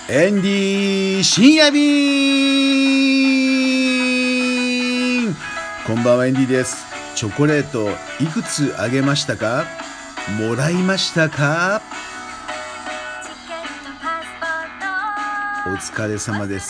エンディ深夜便。こんばんは、エンディです。チョコレートいくつあげましたか？もらいましたか？お疲れ様です。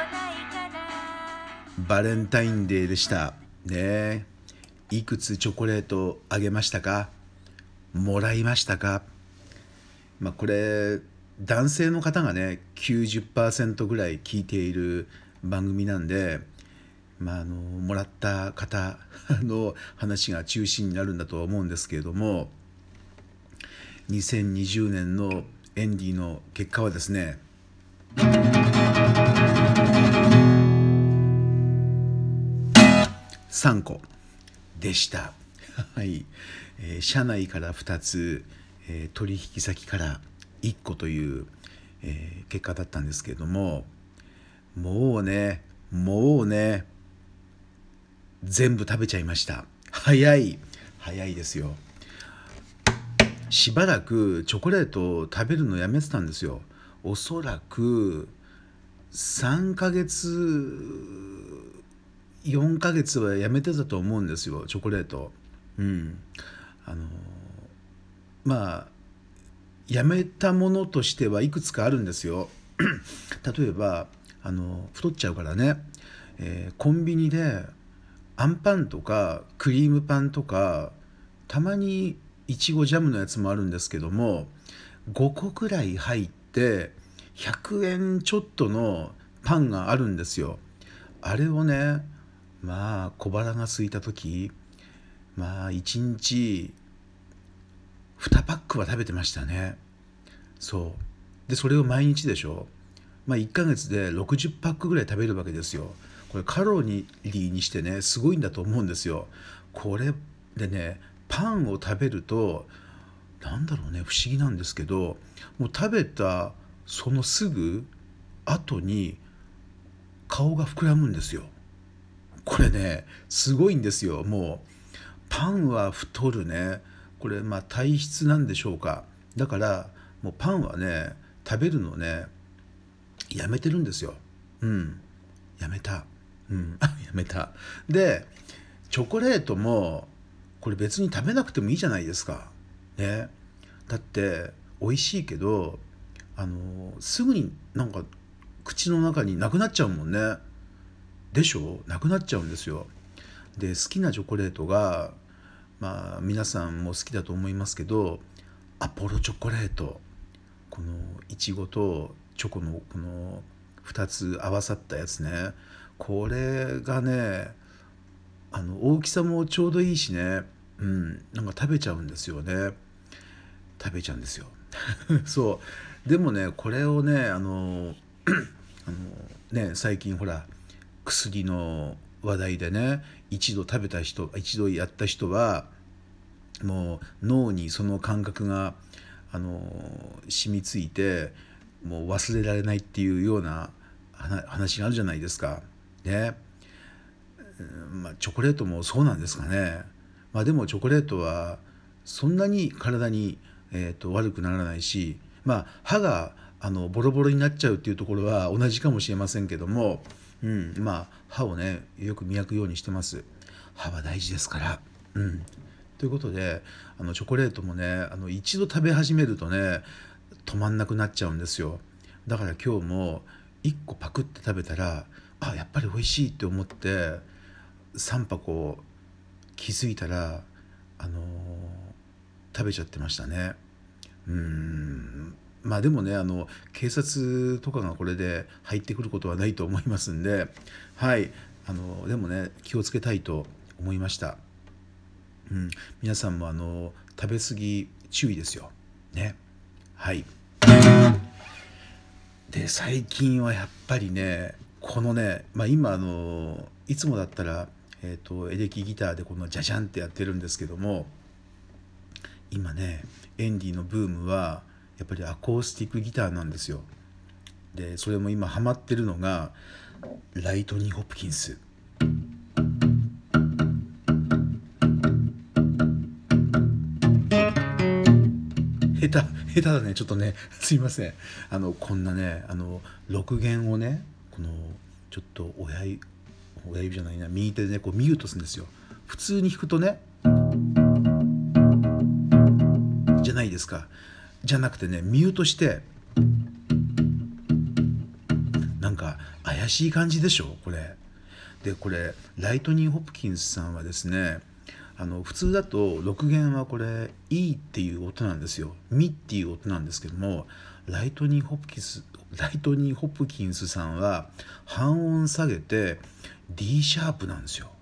バレンタインデーでしたね。いくつチョコレートあげましたか？もらいましたか？これ男性の方がね 90% ぐらい聞いている番組なんで、もらった方の話が中心になるんだとは思うんですけれども、2020年のエンディの結果はですね、3個でしたはい、社内から2つ、取引先から1個という、結果だったんですけれども、もうね全部食べちゃいました。早いですよ。しばらくチョコレートを食べるのやめてたんですよ。おそらく3ヶ月4ヶ月はやめてたと思うんですよ、チョコレート。やめたものとしてはいくつかあるんですよ例えば太っちゃうからね、コンビニであんパンとかクリームパンとか、たまにいちごジャムのやつもあるんですけども、5個くらい入って100円ちょっとのパンがあるんですよ。あれをね、小腹が空いた時、1日2パックは食べてましたね。そうで、それを毎日でしょ。1ヶ月で60パックぐらい食べるわけですよ。これカロリーにしてね、すごいんだと思うんですよ。これでね、パンを食べると不思議なんですけど、もう食べたそのすぐ後に顔が膨らむんですよ。これね、すごいんですよ。もうパンは太るね。これ体質なんでしょうか。だからもうパンはね、食べるのね、やめてるんですよ。やめた。やめた。で、チョコレートもこれ別に食べなくてもいいじゃないですかね。だって美味しいけど、すぐに口の中になくなっちゃうもんね。でしょ？なくなっちゃうんですよ。で、好きなチョコレートが皆さんも好きだと思いますけど、アポロチョコレート、このいちごとチョコのこの2つ合わさったやつね。これがね、大きさもちょうどいいしね、食べちゃうんですよね。そうでもね、これをね、最近ほら薬の話題でね、一度やった人はもう脳にその感覚が染みついて、もう忘れられないっていうような話があるじゃないですかね。チョコレートもそうなんですかね。でもチョコレートはそんなに体に、悪くならないし、歯がボロボロになっちゃうっていうところは同じかもしれませんけども、歯をねよく磨くようにしてます。歯は大事ですから。ということで、チョコレートもね、一度食べ始めるとね、止まんなくなっちゃうんですよ。だから今日も1個パクって食べたら、やっぱり美味しいって思って3箱気づいたら、食べちゃってましたね。でもね、警察とかがこれで入ってくることはないと思いますんで、でもね、気をつけたいと思いました。皆さんも食べ過ぎ注意ですよね。で、最近はやっぱりね、このね、今いつもだったら、エレキギターでこのジャジャンってやってるんですけども、今ね、エンディのブームはやっぱりアコースティックギターなんですよ。で、それも今ハマってるのがライトニー・ホプキンス。下下手だね、ちょっとね、すいません。こんなね、6弦をね、このちょっと親指じゃないな、右手でねこうミュートするんですよ。普通に弾くとね、じゃないですか。じゃなくてね、ミュートしてなんか怪しい感じでしょこれ。でこれライトニー・ホプキンスさんはですね、普通だと6弦はこれ E っていう音なんですよ。ミっていう音なんですけども、ライトニー・ホプキンスさんは半音下げて D シャープなんですよ。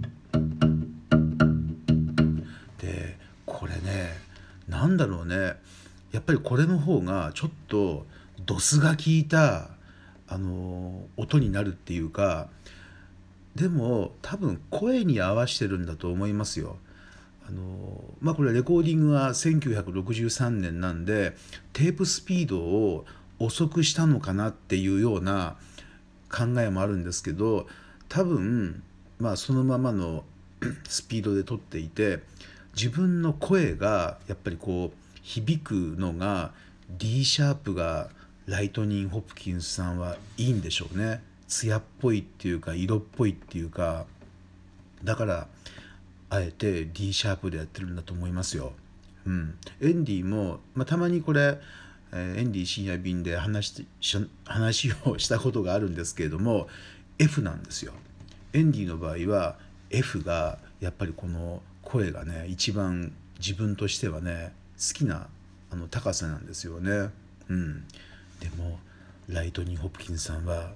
でこれね、なんだろうね、やっぱりこれの方がちょっとドスが効いた音になるっていうか、でも多分声に合わせてるんだと思いますよ。これレコーディングは1963年なんで、テープスピードを遅くしたのかなっていうような考えもあるんですけど、多分そのままのスピードで撮っていて、自分の声がやっぱりこう響くのが D シャープがライトニー・ホプキンスさんはいいんでしょうね。艶っぽいっていうか色っぽいっていうか、だからあえて D シャープでやってるんだと思いますよ。エンディも、たまにこれ、エンディ深夜便で話をしたことがあるんですけれども、 F なんですよ。エンディの場合は F がやっぱりこの声がね一番自分としてはね好きな高さなんですよね。でもライトニー・ホプキンスさんは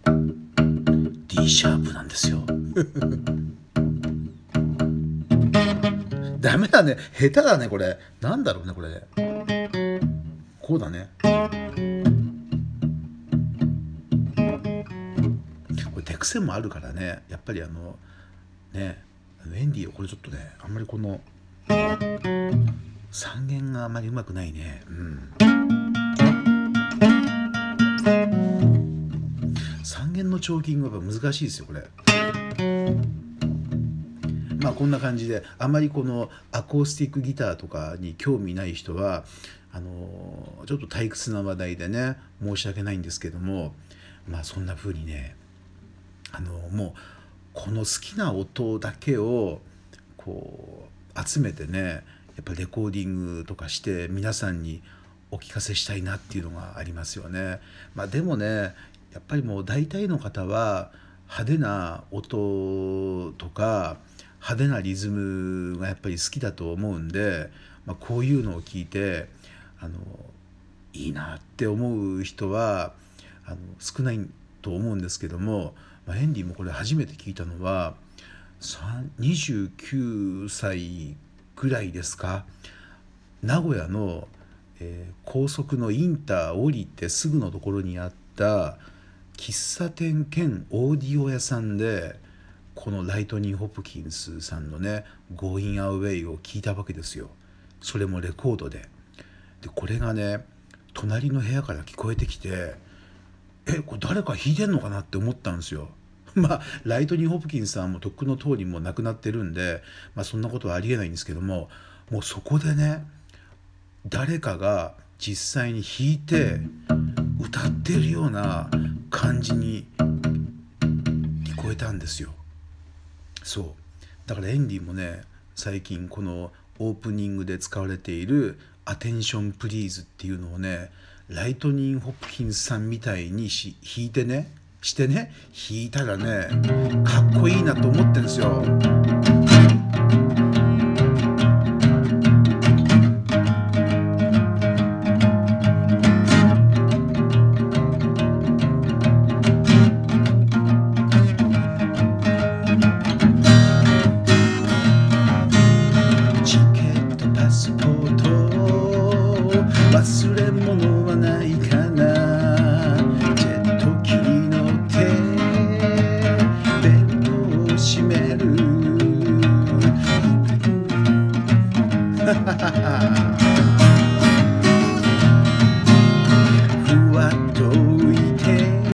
D シャープなんですよ。ダメだね、下手だねこれ。なんだろうねこれ。こうだね。これ手癖もあるからね、やっぱりエンディーこれちょっとね、あんまりこの3弦があまりうまくないね。3弦のチョーキングはやっぱ難しいですよこれ。こんな感じで、あまりこのアコースティックギターとかに興味ない人はちょっと退屈な話題でね申し訳ないんですけども、そんな風にねもうこの好きな音だけをこう集めてね、やっぱレコーディングとかして皆さんにお聞かせしたいなっていうのがありますよね。でもね、やっぱりもう大体の方は派手な音とか派手なリズムがやっぱり好きだと思うんで、こういうのを聞いていいなって思う人は少ないと思うんですけども、エンディもこれ初めて聞いたのは29歳ぐらいですか。名古屋の、高速のインター降りてすぐのところにあった喫茶店兼オーディオ屋さんでこのライトニー・ホプキンスさんのね「Going Away」を聞いたわけですよ。それもレコードで。でこれがね隣の部屋から聞こえてきて、これ誰か弾いてんのかなって思ったんですよ。ライトニー・ホプキンスさんもとっくの通りもう亡くなってるんで、そんなことはありえないんですけども、もうそこでね誰かが実際に弾いて歌ってるような感じに聞こえたんですよ。そうだからエンディもね最近このオープニングで使われている「アテンションプリーズ」っていうのをねライトニー・ホプキンスさんみたいに弾いてね弾いたらねかっこいいなと思ってるんですよ。